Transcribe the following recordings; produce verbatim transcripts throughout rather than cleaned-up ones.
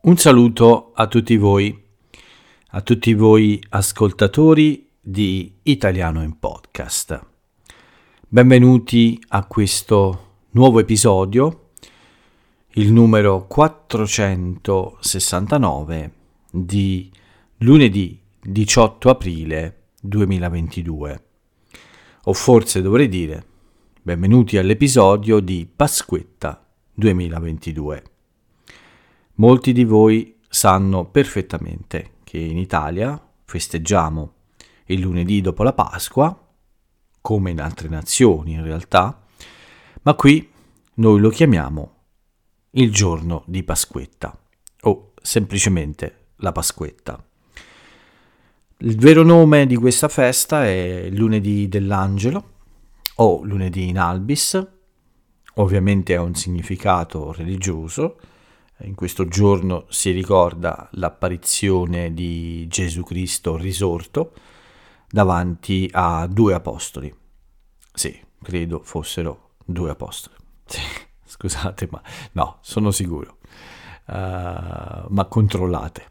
Un saluto a tutti voi, a tutti voi ascoltatori di Italiano in Podcast. Benvenuti a questo nuovo episodio, il numero quattrocentosessantanove di lunedì diciotto aprile duemilaventidue. O forse dovrei dire, benvenuti all'episodio di Pasquetta duemilaventidue. Molti di voi sanno perfettamente che in Italia festeggiamo il lunedì dopo la Pasqua, come in altre nazioni in realtà, ma qui noi lo chiamiamo il giorno di Pasquetta o semplicemente la Pasquetta. Il vero nome di questa festa è lunedì dell'Angelo o lunedì in albis, ovviamente ha un significato religioso. In questo giorno si ricorda l'apparizione di Gesù Cristo risorto davanti a due apostoli. Sì, credo fossero due apostoli. Sì, scusate, ma no, sono sicuro. Uh, ma controllate.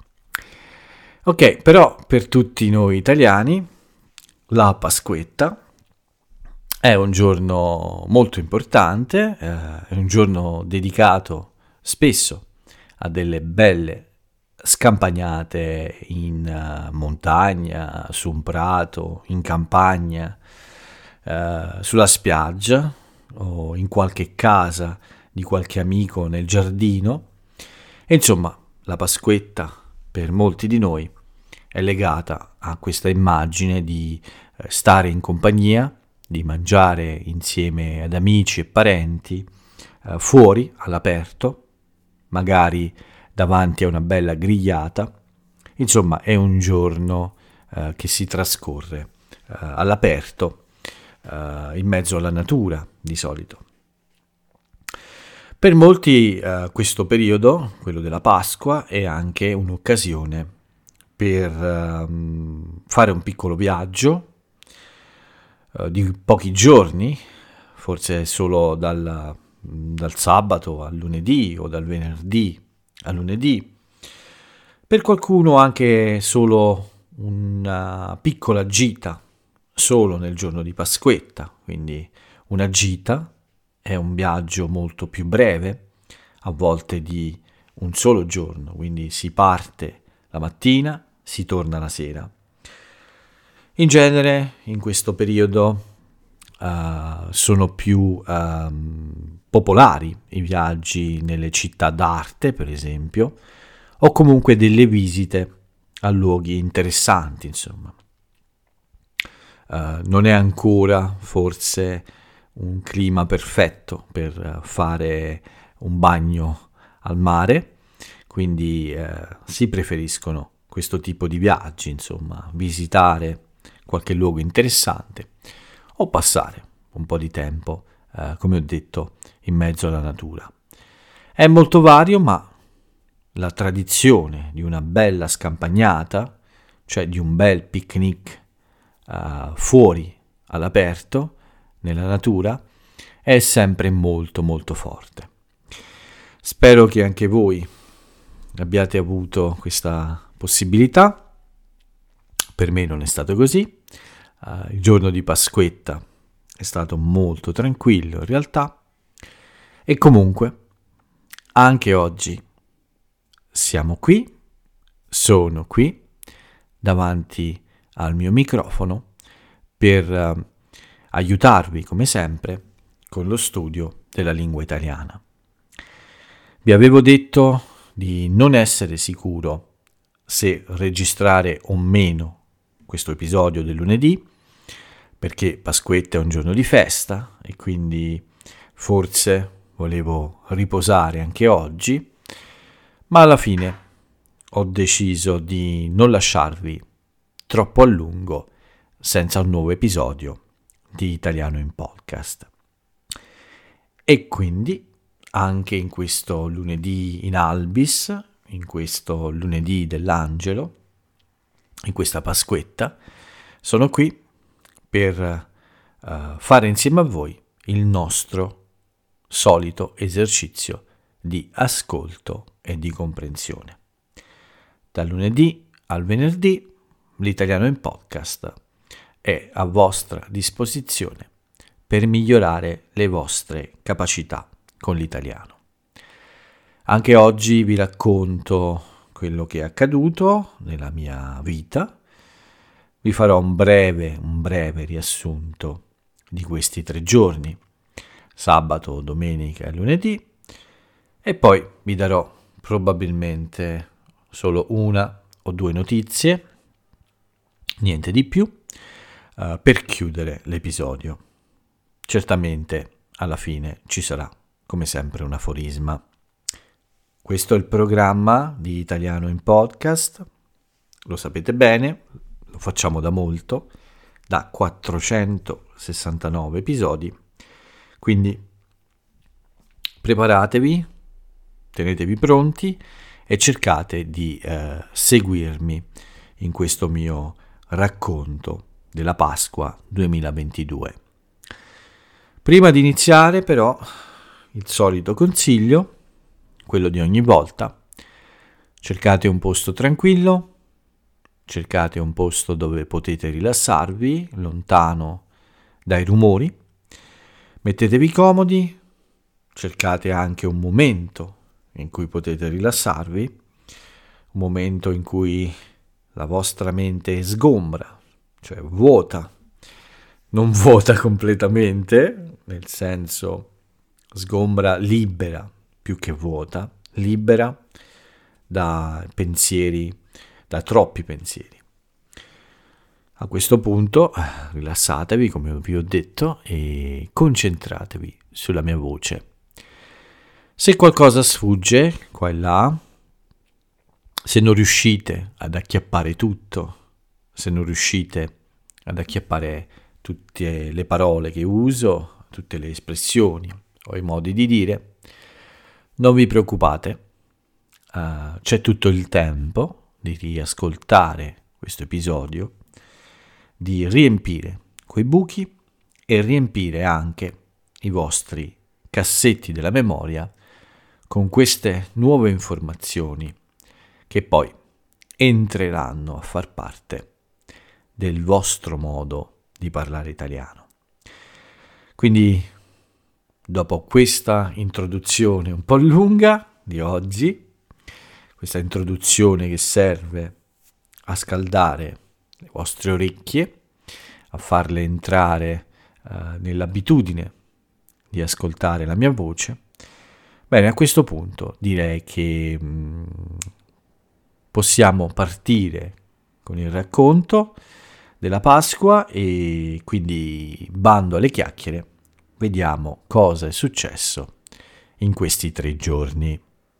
Ok, però per tutti noi italiani la Pasquetta è un giorno molto importante, uh, è un giorno dedicato spesso a delle belle scampagnate in uh, montagna, su un prato, in campagna, uh, sulla spiaggia o in qualche casa di qualche amico nel giardino. E insomma, la Pasquetta per molti di noi è legata a questa immagine di uh, stare in compagnia, di mangiare insieme ad amici e parenti, uh, fuori, all'aperto, magari davanti a una bella grigliata. Insomma, è un giorno eh, che si trascorre eh, all'aperto, eh, in mezzo alla natura, di solito. Per molti eh, questo periodo, quello della Pasqua, è anche un'occasione per eh, fare un piccolo viaggio eh, di pochi giorni, forse solo dal dal sabato al lunedì o dal venerdì al lunedì, per qualcuno anche solo una piccola gita solo nel giorno di Pasquetta, quindi una gita è un viaggio molto più breve, a volte di un solo giorno, quindi si parte la mattina, si torna la sera. In genere in questo periodo Uh, sono più um, popolari i viaggi nelle città d'arte, per esempio, o comunque delle visite a luoghi interessanti, insomma. Uh, non è ancora forse un clima perfetto per uh, fare un bagno al mare, quindi uh, si preferiscono questo tipo di viaggi, insomma, visitare qualche luogo interessante o passare un po' di tempo, eh, come ho detto, in mezzo alla natura. È molto vario, ma la tradizione di una bella scampagnata, cioè di un bel picnic eh, fuori all'aperto, nella natura, è sempre molto molto forte. Spero che anche voi abbiate avuto questa possibilità. Per me non è stato così. Uh, il giorno di Pasquetta è stato molto tranquillo in realtà, e comunque anche oggi siamo qui, sono qui davanti al mio microfono per uh, aiutarvi come sempre con lo studio della lingua italiana. Vi avevo detto di non essere sicuro se registrare o meno questo episodio del lunedì, perché Pasquetta è un giorno di festa e quindi forse volevo riposare anche oggi, ma alla fine ho deciso di non lasciarvi troppo a lungo senza un nuovo episodio di Italiano in Podcast. E quindi anche in questo lunedì in albis, in questo lunedì dell'Angelo, in questa Pasquetta, sono qui per uh, fare insieme a voi il nostro solito esercizio di ascolto e di comprensione. Dal lunedì al venerdì l'italiano in podcast è a vostra disposizione per migliorare le vostre capacità con l'italiano. Anche oggi vi racconto quello che è accaduto nella mia vita. Vi farò un breve, un breve riassunto di questi tre giorni, sabato, domenica e lunedì, e poi vi darò probabilmente solo una o due notizie, niente di più, uh, per chiudere l'episodio. Certamente alla fine ci sarà, come sempre, un aforisma. Questo è il programma di Italiano in Podcast, lo sapete bene, lo facciamo da molto, da quattrocentosessantanove episodi, quindi preparatevi, tenetevi pronti e cercate di eh, seguirmi in questo mio racconto della Pasqua duemilaventidue. Prima di iniziare però il solito consiglio, quello di ogni volta: cercate un posto tranquillo, cercate un posto dove potete rilassarvi, lontano dai rumori, mettetevi comodi, cercate anche un momento in cui potete rilassarvi, un momento in cui la vostra mente è sgombra, cioè vuota, non vuota completamente, nel senso sgombra, libera più che vuota, libera da pensieri, da troppi pensieri. A questo punto rilassatevi, come vi ho detto, e concentratevi sulla mia voce. Se qualcosa sfugge qua e là, se non riuscite ad acchiappare tutto, se non riuscite ad acchiappare tutte le parole che uso, tutte le espressioni o i modi di dire, non vi preoccupate, uh, c'è tutto il tempo di riascoltare questo episodio, di riempire quei buchi e riempire anche i vostri cassetti della memoria con queste nuove informazioni che poi entreranno a far parte del vostro modo di parlare italiano. Quindi, dopo questa introduzione un po' lunga di oggi, questa introduzione che serve a scaldare le vostre orecchie, a farle entrare uh, nell'abitudine di ascoltare la mia voce, bene, a questo punto direi che mh, possiamo partire con il racconto della Pasqua e quindi bando alle chiacchiere. Vediamo cosa è successo in questi tre giorni.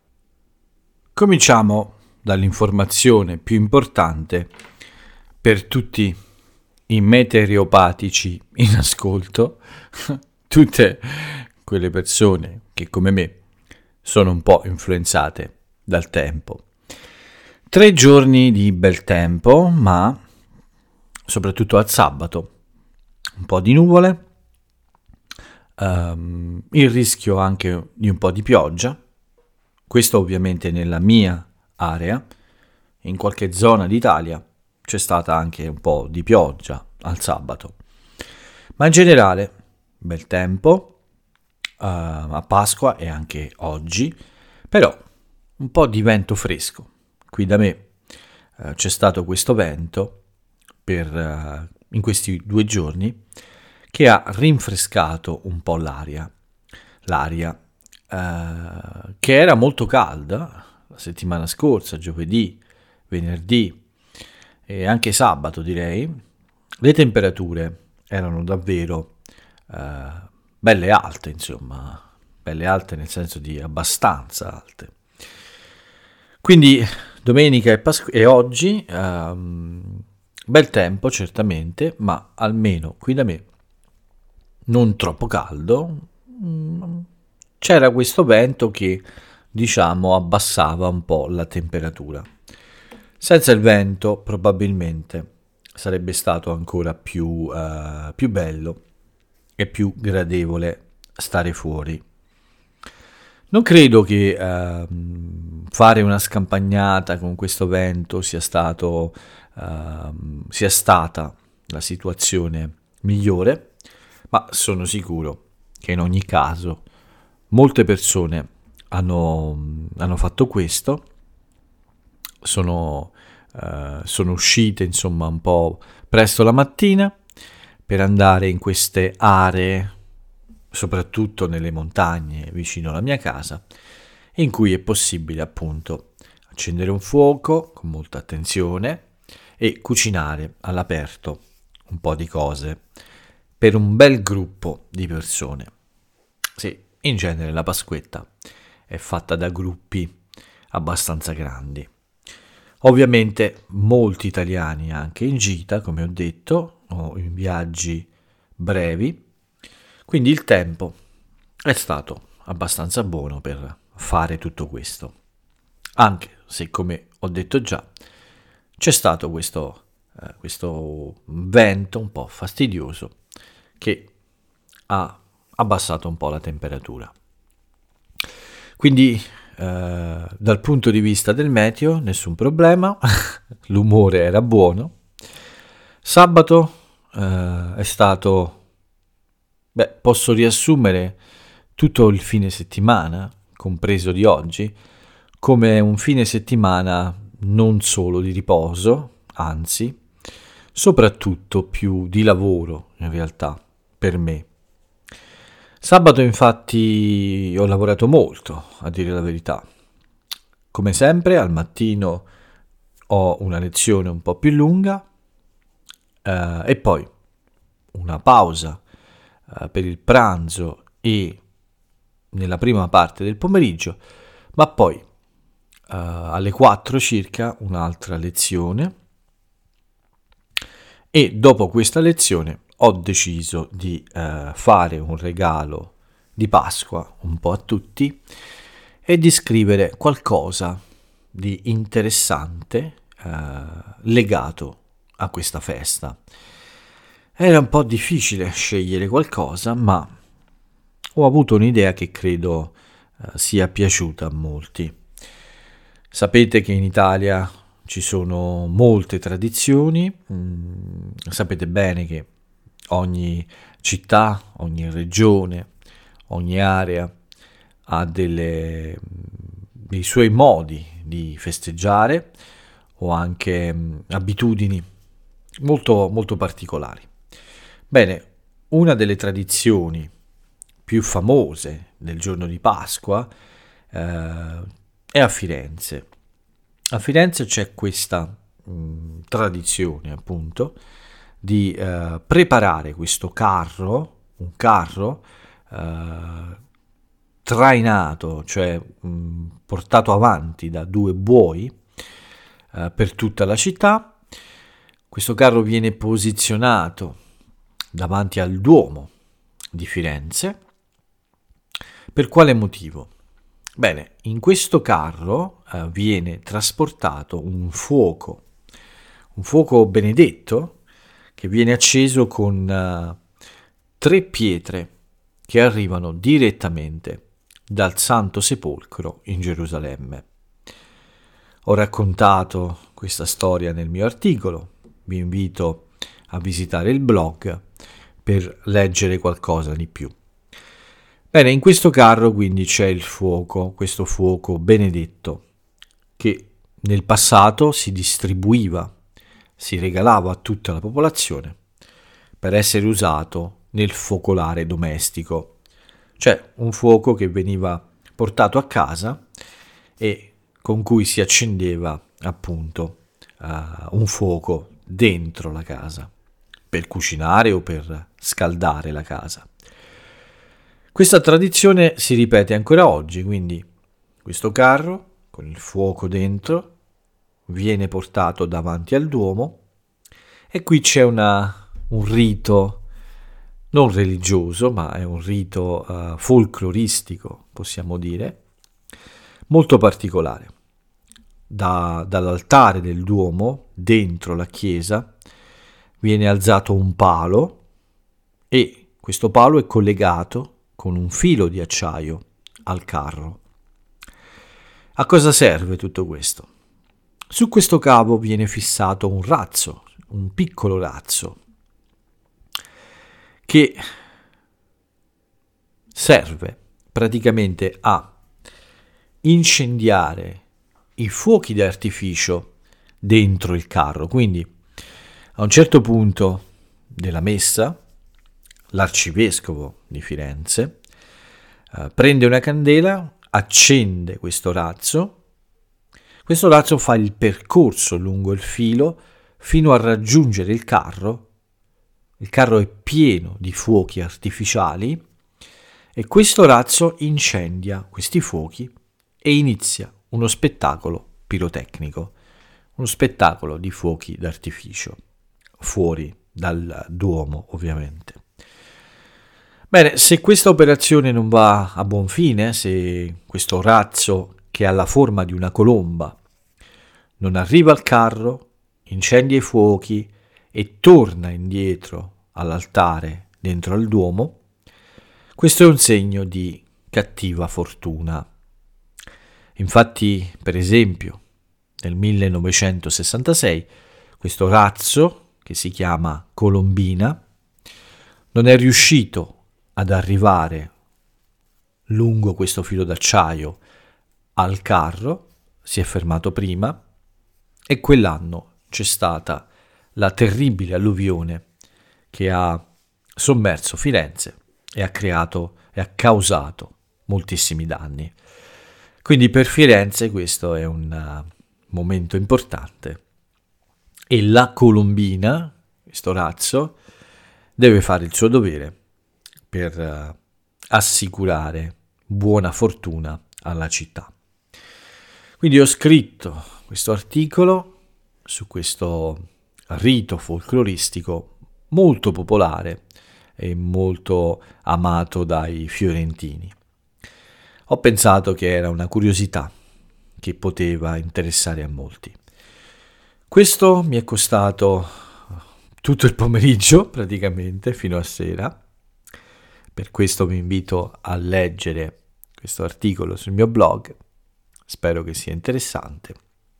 Cominciamo dall'informazione più importante per tutti i meteoropatici in ascolto, tutte quelle persone che come me sono un po' influenzate dal tempo. Tre giorni di bel tempo, ma soprattutto al sabato un po' di nuvole, Um, il rischio anche di un po' di pioggia, questo ovviamente nella mia area. In qualche zona d'Italia c'è stata anche un po' di pioggia al sabato, ma in generale bel tempo uh, a Pasqua e anche oggi, però un po' di vento fresco. Qui da me uh, c'è stato questo vento per uh, in questi due giorni che ha rinfrescato un po' l'aria, l'aria eh, che era molto calda la settimana scorsa, giovedì, venerdì e anche sabato direi. Le temperature erano davvero eh, belle alte, insomma, belle alte nel senso di abbastanza alte. Quindi domenica e, Pasqu- e oggi ehm, bel tempo certamente, ma almeno qui da me non troppo caldo, c'era questo vento che, diciamo, abbassava un po' la temperatura. Senza il vento probabilmente sarebbe stato ancora più, uh, più bello e più gradevole stare fuori. Non credo che eh, fare una scampagnata con questo vento sia stato eh, sia stata la situazione migliore, ma sono sicuro che in ogni caso molte persone hanno, hanno fatto questo, sono, eh, sono uscite insomma un po' presto la mattina per andare in queste aree, soprattutto nelle montagne vicino alla mia casa, in cui è possibile appunto accendere un fuoco con molta attenzione e cucinare all'aperto un po' di cose per un bel gruppo di persone. Sì, in genere la Pasquetta è fatta da gruppi abbastanza grandi. Ovviamente molti italiani anche in gita, come ho detto, o in viaggi brevi, quindi il tempo è stato abbastanza buono per fare tutto questo, anche se, come ho detto già, c'è stato questo, eh, questo vento un po' fastidioso che ha abbassato un po' la temperatura. Quindi eh, dal punto di vista del meteo nessun problema, l'umore era buono. Sabato eh, è stato, beh, posso riassumere tutto il fine settimana, compreso di oggi, come un fine settimana non solo di riposo, anzi, soprattutto più di lavoro in realtà per me. Sabato infatti ho lavorato molto, a dire la verità. Come sempre al mattino ho una lezione un po' più lunga eh, e poi una pausa eh, per il pranzo e nella prima parte del pomeriggio, ma poi eh, alle quattro circa un'altra lezione e dopo questa lezione ho deciso di eh, fare un regalo di Pasqua un po' a tutti e di scrivere qualcosa di interessante eh, legato a questa festa. Era un po' difficile scegliere qualcosa, ma ho avuto un'idea che credo eh, sia piaciuta a molti. Sapete che in Italia ci sono molte tradizioni, mm, sapete bene che ogni città, ogni regione, ogni area ha delle, dei suoi modi di festeggiare o anche mh, abitudini molto, molto particolari. Bene, una delle tradizioni più famose del giorno di Pasqua eh, è a Firenze. A Firenze c'è questa mh, tradizione appunto di eh, preparare questo carro, un carro eh, trainato, cioè mh, portato avanti da due buoi eh, per tutta la città. Questo carro viene posizionato davanti al Duomo di Firenze. Per quale motivo? Bene, in questo carro eh, viene trasportato un fuoco, un fuoco benedetto che viene acceso con uh, tre pietre che arrivano direttamente dal Santo Sepolcro in Gerusalemme. Ho raccontato questa storia nel mio articolo, vi invito a visitare il blog per leggere qualcosa di più. Bene, in questo carro quindi c'è il fuoco, questo fuoco benedetto, che nel passato si distribuiva, si regalava a tutta la popolazione per essere usato nel focolare domestico, cioè un fuoco che veniva portato a casa e con cui si accendeva appunto uh, un fuoco dentro la casa per cucinare o per scaldare la casa. Questa tradizione si ripete ancora oggi, quindi questo carro con il fuoco dentro viene portato davanti al Duomo e qui c'è una, un rito non religioso, ma è un rito uh, folcloristico, possiamo dire, molto particolare. Da, dall'altare del Duomo, dentro la chiesa, viene alzato un palo e questo palo è collegato con un filo di acciaio al carro. A cosa serve tutto questo? Su questo cavo viene fissato un razzo, un piccolo razzo, che serve praticamente a incendiare i fuochi d'artificio dentro il carro. Quindi a un certo punto della messa l'arcivescovo di Firenze eh, prende una candela, accende questo razzo, questo razzo fa il percorso lungo il filo fino a raggiungere il carro. Il carro è pieno di fuochi artificiali e questo razzo incendia questi fuochi e inizia uno spettacolo pirotecnico, uno spettacolo di fuochi d'artificio, fuori dal Duomo ovviamente. Bene, se questa operazione non va a buon fine, se questo razzo che ha la forma di una colomba non arriva al carro, incendia i fuochi e torna indietro all'altare dentro al Duomo, questo è un segno di cattiva fortuna. Infatti, per esempio, nel millenovecentosessantasei questo razzo, che si chiama Colombina, non è riuscito ad arrivare lungo questo filo d'acciaio al carro, si è fermato prima e quell'anno c'è stata la terribile alluvione che ha sommerso Firenze e ha creato e ha causato moltissimi danni. Quindi per Firenze questo è un uh, momento importante e la Colombina, questo razzo, deve fare il suo dovere per uh, assicurare buona fortuna alla città. Quindi ho scritto questo articolo su questo rito folcloristico molto popolare e molto amato dai fiorentini. Ho pensato che era una curiosità che poteva interessare a molti. Questo mi è costato tutto il pomeriggio praticamente fino a sera. Per questo vi invito a leggere questo articolo sul mio blog, spero che sia interessante.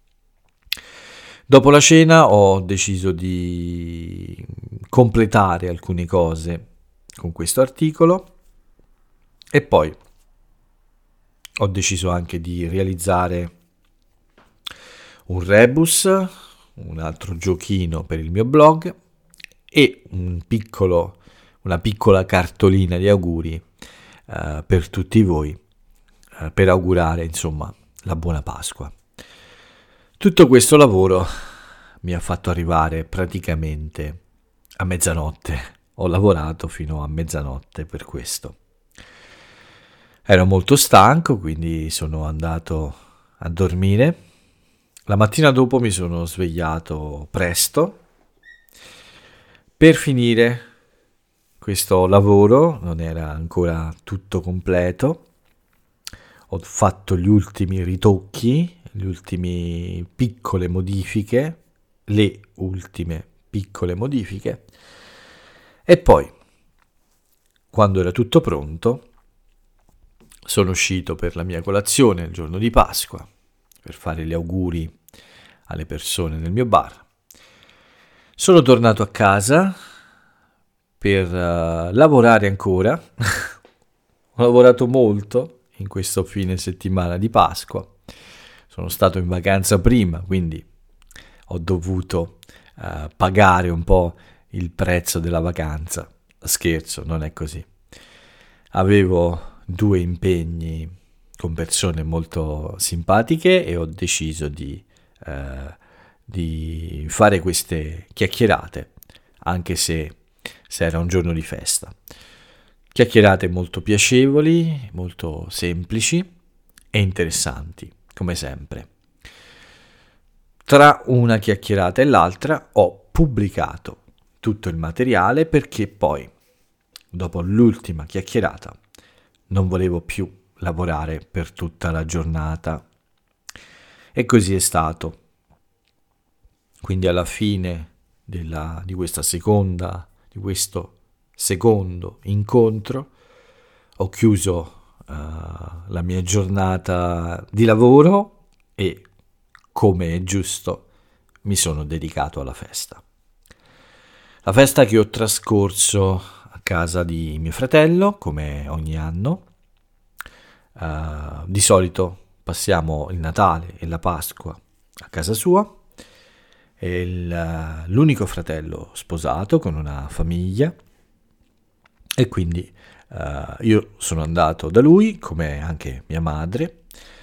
Dopo la cena ho deciso di completare alcune cose con questo articolo e poi ho deciso anche di realizzare un rebus, un altro giochino per il mio blog e un piccolo una piccola cartolina di auguri uh, per tutti voi, uh, per augurare insomma la buona Pasqua. Tutto questo lavoro mi ha fatto arrivare praticamente a mezzanotte. Ho lavorato fino a mezzanotte per questo. Ero molto stanco, quindi sono andato a dormire. La mattina dopo mi sono svegliato presto per finire questo lavoro. Non era ancora tutto completo. Ho fatto gli ultimi ritocchi, le ultime piccole modifiche, le ultime piccole modifiche. E poi, quando era tutto pronto, sono uscito per la mia colazione il giorno di Pasqua, per fare gli auguri alle persone nel mio bar. Sono tornato a casa per uh, lavorare ancora. Ho lavorato molto in questo fine settimana di Pasqua. Sono stato in vacanza prima, quindi ho dovuto uh, pagare un po' il prezzo della vacanza. Scherzo, non è così. Avevo due impegni con persone molto simpatiche e ho deciso di, uh, di fare queste chiacchierate, anche se, se era un giorno di festa. Chiacchierate molto piacevoli, molto semplici e interessanti, come sempre. Tra una chiacchierata e l'altra ho pubblicato tutto il materiale perché poi, dopo l'ultima chiacchierata, non volevo più lavorare per tutta la giornata. E così è stato. Quindi alla fine della, di questa seconda, di questo secondo incontro, ho chiuso uh, la mia giornata di lavoro e, come è giusto, mi sono dedicato alla festa. La festa che ho trascorso a casa di mio fratello, come ogni anno. Uh, di solito passiamo il Natale e la Pasqua a casa sua. È il, l'unico fratello sposato con una famiglia e quindi uh, io sono andato da lui, come anche mia madre.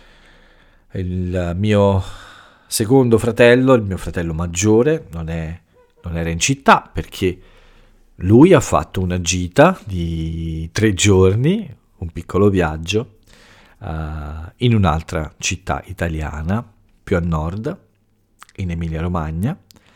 Il mio secondo fratello, il mio fratello maggiore, non, è, non era in città perché lui ha fatto una gita di tre giorni, un piccolo viaggio, uh, in un'altra città italiana, più a nord, in Emilia-Romagna,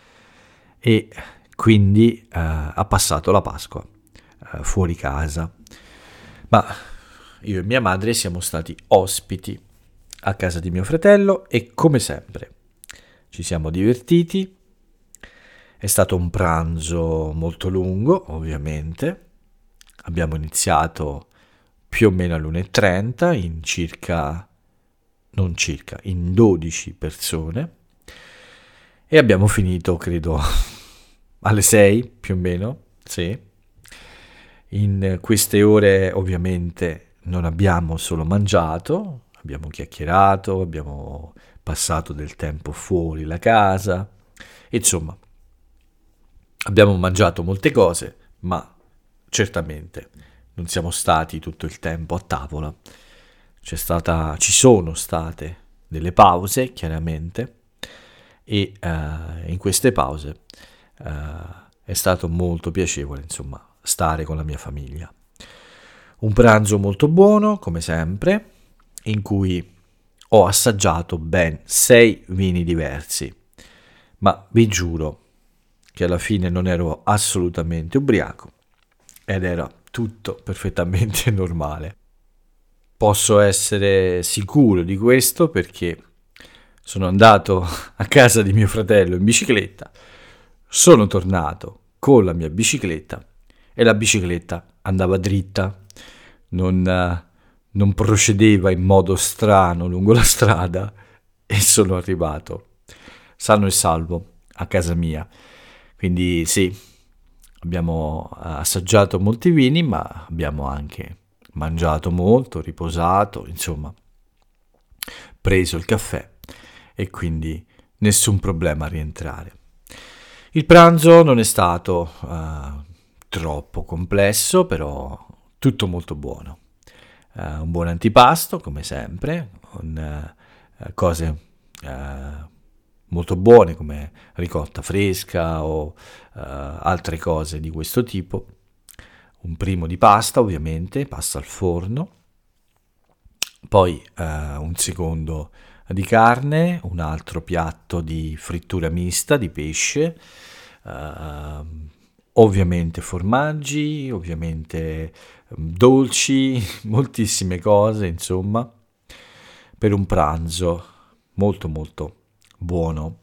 e quindi uh, ha passato la Pasqua uh, fuori casa. Ma io e mia madre siamo stati ospiti a casa di mio fratello e, come sempre, ci siamo divertiti. È stato un pranzo molto lungo, ovviamente. Abbiamo iniziato più o meno all'una e trenta, in circa, non circa, in dodici persone. E abbiamo finito, credo, alle sei, più o meno, sì. In queste ore, ovviamente, non abbiamo solo mangiato, abbiamo chiacchierato, abbiamo passato del tempo fuori la casa, insomma. Abbiamo mangiato molte cose, ma certamente non siamo stati tutto il tempo a tavola. C'è stata, ci sono state delle pause, chiaramente, e uh, in queste pause uh, è stato molto piacevole, insomma, stare con la mia famiglia. Un pranzo molto buono, come sempre, in cui ho assaggiato ben sei vini diversi, ma vi giuro che alla fine non ero assolutamente ubriaco ed era tutto perfettamente normale. Posso essere sicuro di questo perché sono andato a casa di mio fratello in bicicletta, sono tornato con la mia bicicletta e la bicicletta andava dritta, non, non procedeva in modo strano lungo la strada e sono arrivato sano e salvo a casa mia. Quindi sì, abbiamo assaggiato molti vini, ma abbiamo anche mangiato molto, riposato, insomma, preso il caffè e quindi nessun problema a rientrare. Il pranzo non è stato uh, troppo complesso, però tutto molto buono. Uh, un buon antipasto, come sempre, con uh, cose uh, molto buone come ricotta fresca o uh, altre cose di questo tipo. Un primo di pasta, ovviamente, pasta al forno, poi uh, un secondo di carne, un altro piatto di frittura mista di pesce, uh, ovviamente formaggi, ovviamente dolci, moltissime cose, insomma, per un pranzo molto molto buono.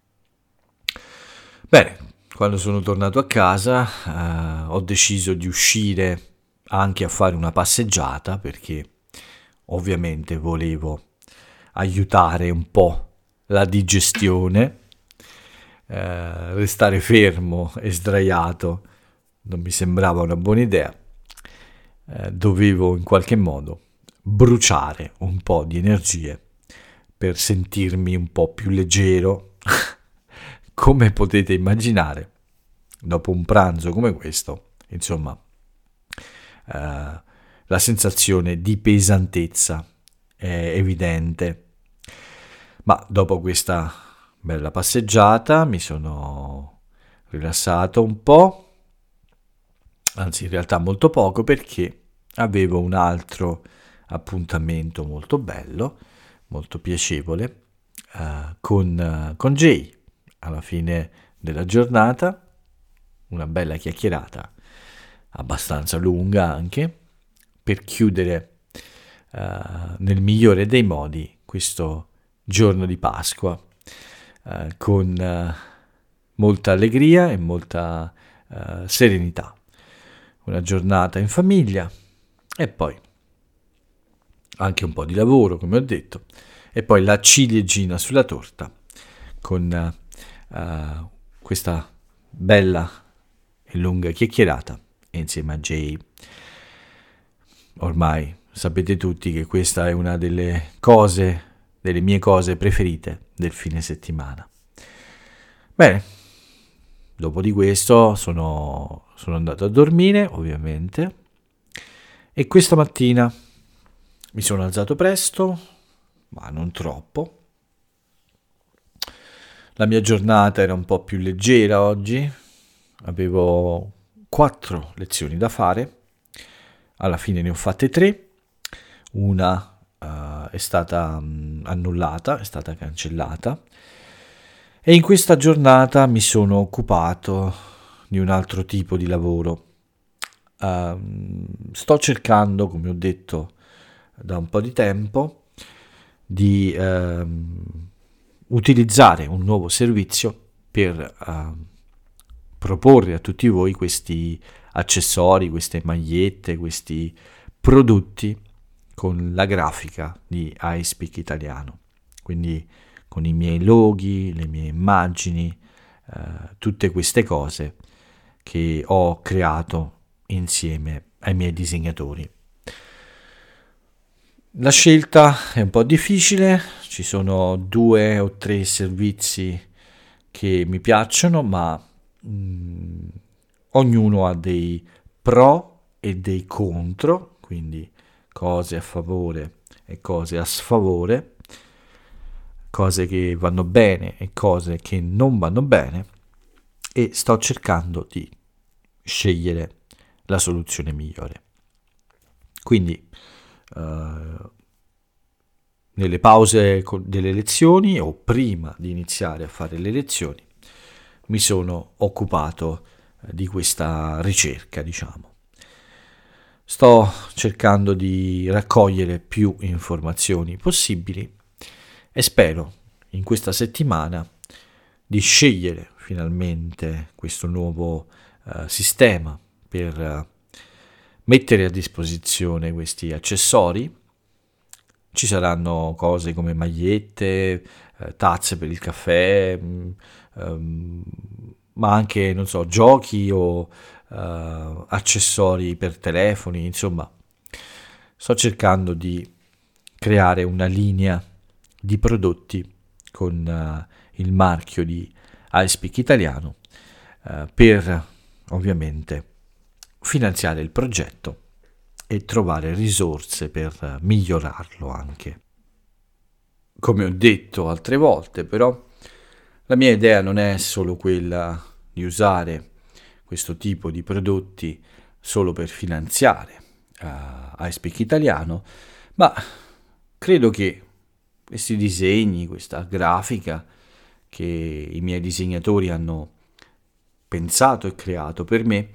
Bene, quando sono tornato a casa uh, ho deciso di uscire anche a fare una passeggiata perché ovviamente volevo aiutare un po' la digestione. Uh, restare fermo e sdraiato non mi sembrava una buona idea. Uh, dovevo in qualche modo bruciare un po' di energie per sentirmi un po' più leggero. Come potete immaginare, dopo un pranzo come questo, insomma, uh, la sensazione di pesantezza è evidente. Ma dopo questa bella passeggiata mi sono rilassato un po', anzi in realtà molto poco, perché avevo un altro appuntamento molto bello, molto piacevole, uh, con, uh, con Jay. Alla fine della giornata, una bella chiacchierata, abbastanza lunga anche, per chiudere uh, nel migliore dei modi questo giorno di Pasqua, uh, con uh, molta allegria e molta uh, serenità. Una giornata in famiglia e poi anche un po' di lavoro, come ho detto, e poi la ciliegina sulla torta con uh, questa bella e lunga chiacchierata insieme a Jay. Ormai sapete tutti che questa è una delle cose, delle mie cose preferite del fine settimana. Bene, dopo di questo sono, sono andato a dormire, ovviamente, e questa mattina mi sono alzato presto, ma non troppo. La mia giornata era un po' più leggera oggi, avevo quattro lezioni da fare, alla fine ne ho fatte tre, una uh, è stata um, annullata, è stata cancellata, e in questa giornata mi sono occupato di un altro tipo di lavoro. Uh, sto cercando, come ho detto da un po' di tempo, di uh, utilizzare un nuovo servizio per uh, proporre a tutti voi questi accessori, queste magliette, questi prodotti con la grafica di iSpeak Italiano, quindi con i miei loghi, le mie immagini, eh, tutte queste cose che ho creato insieme ai miei disegnatori. La scelta è un po' difficile, ci sono due o tre servizi che mi piacciono, ma mh, ognuno ha dei pro e dei contro, quindi cose a favore e cose a sfavore, cose che vanno bene e cose che non vanno bene, e sto cercando di scegliere la soluzione migliore. Quindi uh, nelle pause delle lezioni o prima di iniziare a fare le lezioni mi sono occupato uh, di questa ricerca, diciamo. Sto cercando di raccogliere più informazioni possibili e spero in questa settimana di scegliere finalmente questo nuovo uh, sistema per uh, mettere a disposizione questi accessori. Ci saranno cose come magliette, uh, tazze per il caffè, um, um, ma anche, non so, giochi o uh, accessori per telefoni, insomma. Sto cercando di creare una linea di prodotti con uh, il marchio di iSpeak Italiano uh, per ovviamente finanziare il progetto e trovare risorse per uh, migliorarlo anche. Come ho detto altre volte, però, la mia idea non è solo quella di usare questo tipo di prodotti solo per finanziare uh, iSpeak Italiano, ma credo che questi disegni, questa grafica che i miei disegnatori hanno pensato e creato per me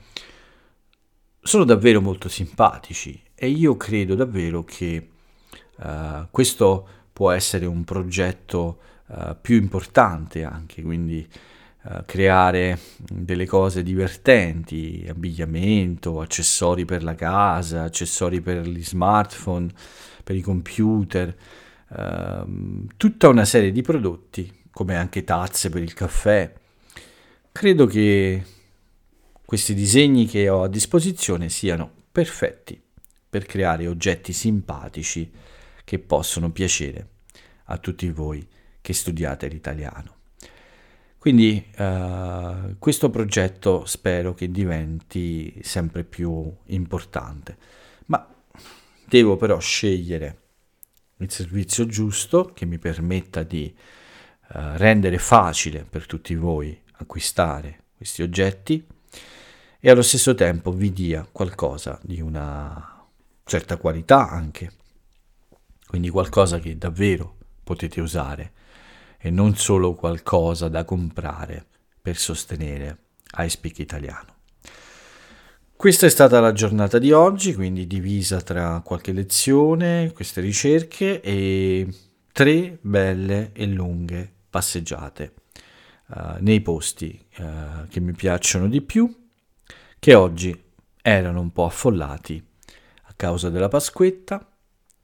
sono davvero molto simpatici, e io credo davvero che uh, questo può essere un progetto uh, più importante anche, quindi uh, creare delle cose divertenti, abbigliamento, accessori per la casa, accessori per gli smartphone, per i computer, uh, tutta una serie di prodotti, come anche tazze per il caffè. Credo che questi disegni che ho a disposizione siano perfetti per creare oggetti simpatici che possono piacere a tutti voi che studiate l'italiano. Quindi uh, questo progetto spero che diventi sempre più importante, ma devo però scegliere il servizio giusto che mi permetta di uh, rendere facile per tutti voi acquistare questi oggetti e allo stesso tempo vi dia qualcosa di una certa qualità anche, quindi qualcosa che davvero potete usare e non solo qualcosa da comprare per sostenere iSpeak Italiano. Questa è stata la giornata di oggi, quindi divisa tra qualche lezione, queste ricerche e tre belle e lunghe passeggiate uh, nei posti uh, che mi piacciono di più, che oggi erano un po' affollati a causa della Pasquetta,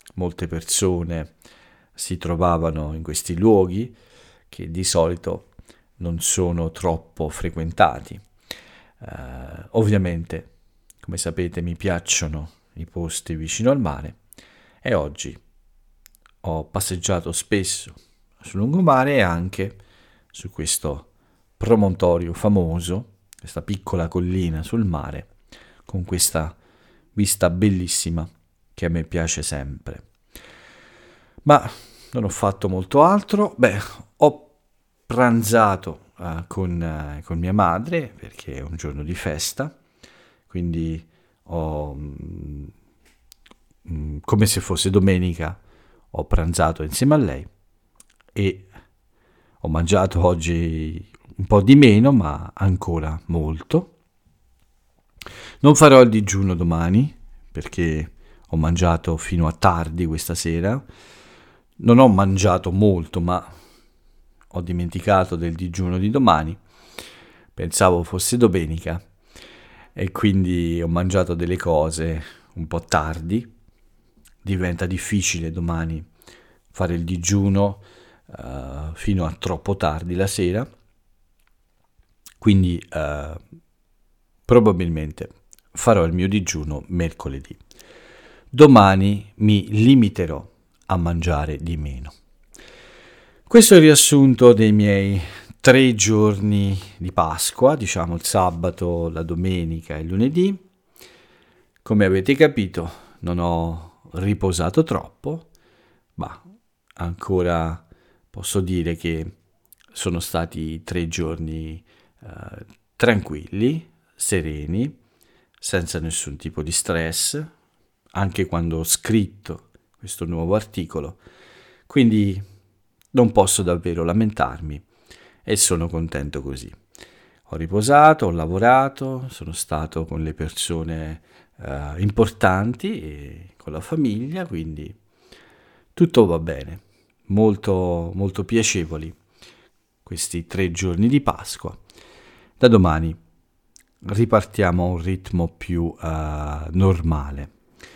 molte persone si trovavano in questi luoghi che di solito non sono troppo frequentati. Uh, ovviamente, come sapete, mi piacciono i posti vicino al mare e oggi ho passeggiato spesso sul lungomare e anche su questo promontorio famoso, questa piccola collina sul mare, con questa vista bellissima che a me piace sempre. Ma non ho fatto molto altro. Beh, ho pranzato uh, con, uh, con mia madre perché è un giorno di festa, quindi ho, mm, mm, come se fosse domenica, ho pranzato insieme a lei e ho mangiato oggi un po' di meno, ma ancora molto. Non farò il digiuno domani perché ho mangiato fino a tardi questa sera. Non ho mangiato molto, ma ho dimenticato del digiuno di domani. Pensavo fosse domenica e quindi ho mangiato delle cose un po' tardi. Diventa difficile domani fare il digiuno uh, fino a troppo tardi la sera. Quindi uh, probabilmente farò il mio digiuno mercoledì. Domani mi limiterò a mangiare di meno. Questo è il riassunto dei miei tre giorni di Pasqua, diciamo il sabato, la domenica e il lunedì. Come avete capito, non ho riposato troppo, ma ancora posso dire che sono stati tre giorni eh, tranquilli, sereni, senza nessun tipo di stress, anche quando ho scritto questo nuovo articolo, quindi non posso davvero lamentarmi e sono contento così. Ho riposato, ho lavorato, sono stato con le persone eh, importanti e con la famiglia, quindi tutto va bene, molto, molto piacevoli questi tre giorni di Pasqua. Da domani ripartiamo a un ritmo più uh, normale.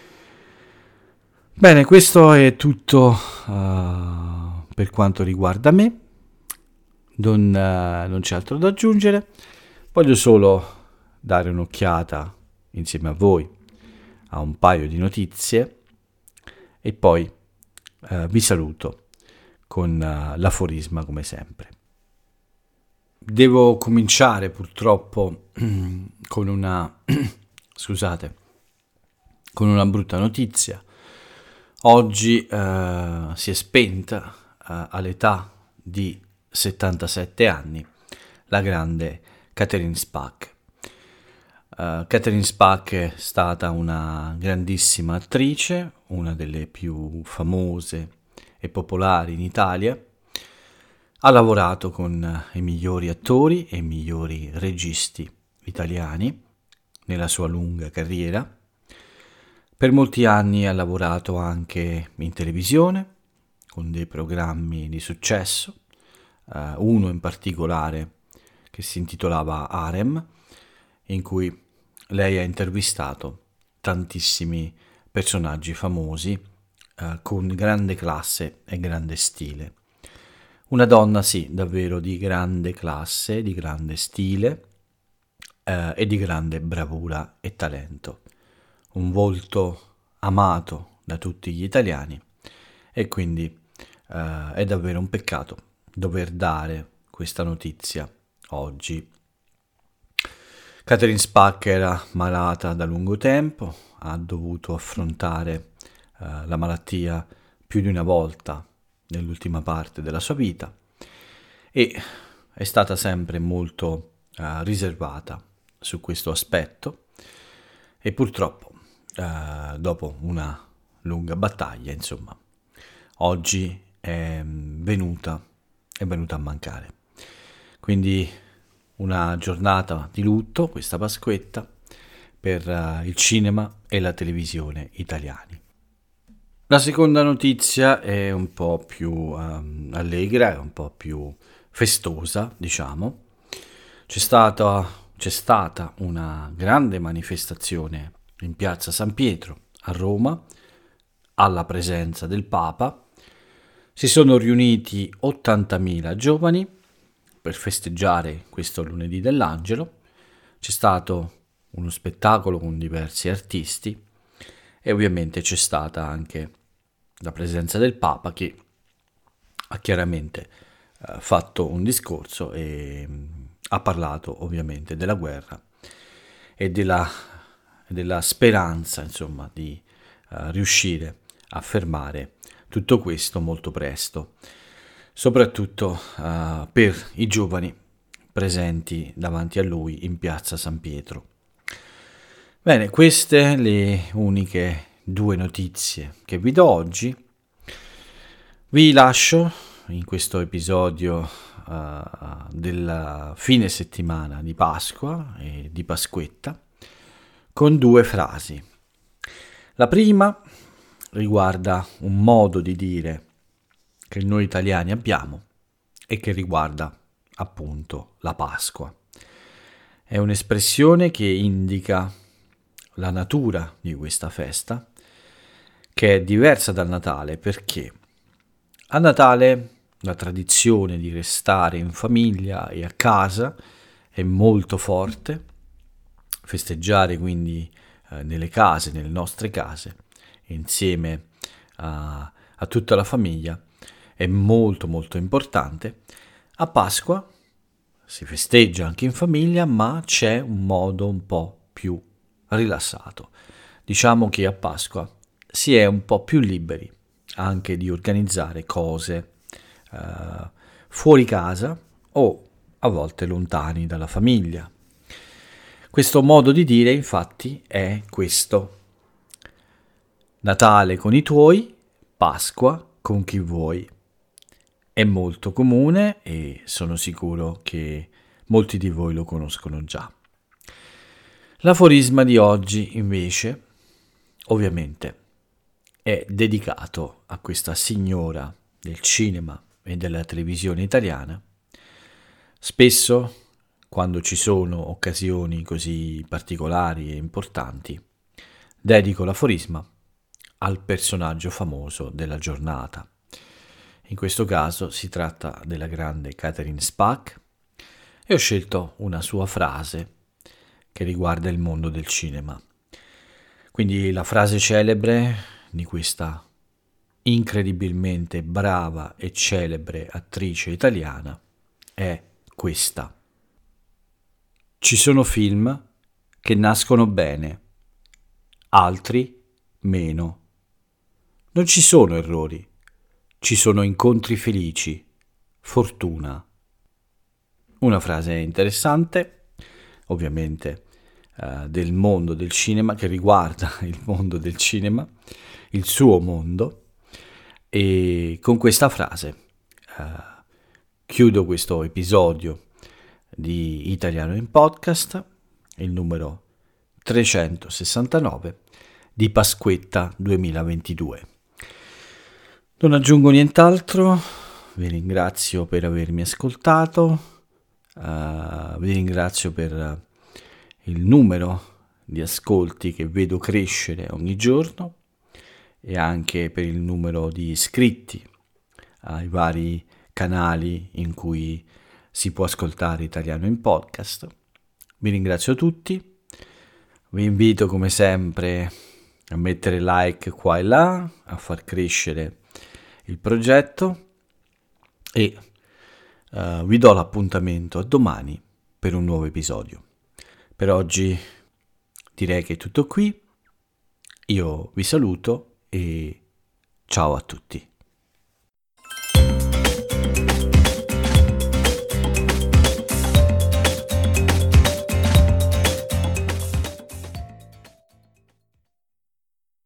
Bene, questo è tutto uh, per quanto riguarda me, non, uh, non c'è altro da aggiungere, voglio solo dare un'occhiata insieme a voi a un paio di notizie e poi uh, vi saluto con uh, l'aforisma come sempre. Devo cominciare purtroppo con una scusate, con una brutta notizia. Oggi uh, si è spenta uh, all'età di settantasette anni la grande Catherine Spaak. Uh, Catherine Spaak è stata una grandissima attrice, una delle più famose e popolari in Italia. Ha lavorato con i migliori attori e i migliori registi italiani nella sua lunga carriera. Per molti anni ha lavorato anche in televisione, con dei programmi di successo, uh, uno in particolare che si intitolava Harem, in cui lei ha intervistato tantissimi personaggi famosi uh, con grande classe e grande stile. Una donna, sì, davvero di grande classe, di grande stile uh, e di grande bravura e talento. Un volto amato da tutti gli italiani e quindi uh, è davvero un peccato dover dare questa notizia oggi. Catherine Spaak era malata da lungo tempo, ha dovuto affrontare uh, la malattia più di una volta nell'ultima parte della sua vita e è stata sempre molto uh, riservata su questo aspetto e purtroppo Uh, dopo una lunga battaglia, insomma, oggi è venuta, è venuta a mancare. Quindi una giornata di lutto, questa Pasquetta, per uh, il cinema e la televisione italiani. La seconda notizia è un po' più um, allegra, è un po' più festosa, diciamo. C'è stata, c'è stata una grande manifestazione in piazza San Pietro a Roma alla presenza del Papa. Si sono riuniti ottantamila giovani per festeggiare questo lunedì dell'Angelo. C'è stato uno spettacolo con diversi artisti e ovviamente c'è stata anche la presenza del Papa, che ha chiaramente eh, fatto un discorso e mh, ha parlato ovviamente della guerra e della, della speranza, insomma, di eh, riuscire a fermare tutto questo molto presto, soprattutto eh, per i giovani presenti davanti a lui in piazza San Pietro. Bene, queste le uniche due notizie che vi do oggi. Vi lascio in questo episodio uh, della fine settimana di Pasqua e di Pasquetta con due frasi. La prima riguarda un modo di dire che noi italiani abbiamo e che riguarda appunto la Pasqua. È un'espressione che indica la natura di questa festa, che è diversa dal Natale, perché a Natale la tradizione di restare in famiglia e a casa è molto forte, festeggiare quindi eh, nelle case, nelle nostre case, insieme a, a tutta la famiglia, è molto molto importante. A Pasqua si festeggia anche in famiglia, ma c'è un modo un po' più rilassato. Diciamo che a Pasqua si è un po' più liberi anche di organizzare cose uh, fuori casa o a volte lontani dalla famiglia. Questo modo di dire infatti è questo: Natale con i tuoi, Pasqua con chi vuoi. È molto comune e sono sicuro che molti di voi lo conoscono già. L'aforisma di oggi invece ovviamente è dedicato a questa signora del cinema e della televisione italiana. Spesso, quando ci sono occasioni così particolari e importanti, dedico l'aforisma al personaggio famoso della giornata. In questo caso si tratta della grande Catherine Spaak e ho scelto una sua frase che riguarda il mondo del cinema. Quindi la frase celebre di questa incredibilmente brava e celebre attrice italiana è questa: ci sono film che nascono bene, altri meno. Non ci sono errori, ci sono incontri felici, fortuna. Una frase interessante, ovviamente Uh, del mondo del cinema, che riguarda il mondo del cinema, il suo mondo, e con questa frase uh, chiudo questo episodio di Italiano in Podcast, il numero trecentosessantanove di Pasquetta duemilaventidue. Non aggiungo nient'altro, vi ringrazio per avermi ascoltato, uh, vi ringrazio per il numero di ascolti che vedo crescere ogni giorno e anche per il numero di iscritti ai vari canali in cui si può ascoltare Italiano in Podcast. Vi ringrazio tutti, vi invito come sempre a mettere like qua e là, a far crescere il progetto e uh, vi do l'appuntamento a domani per un nuovo episodio. Per oggi direi che è tutto qui, io vi saluto e ciao a tutti.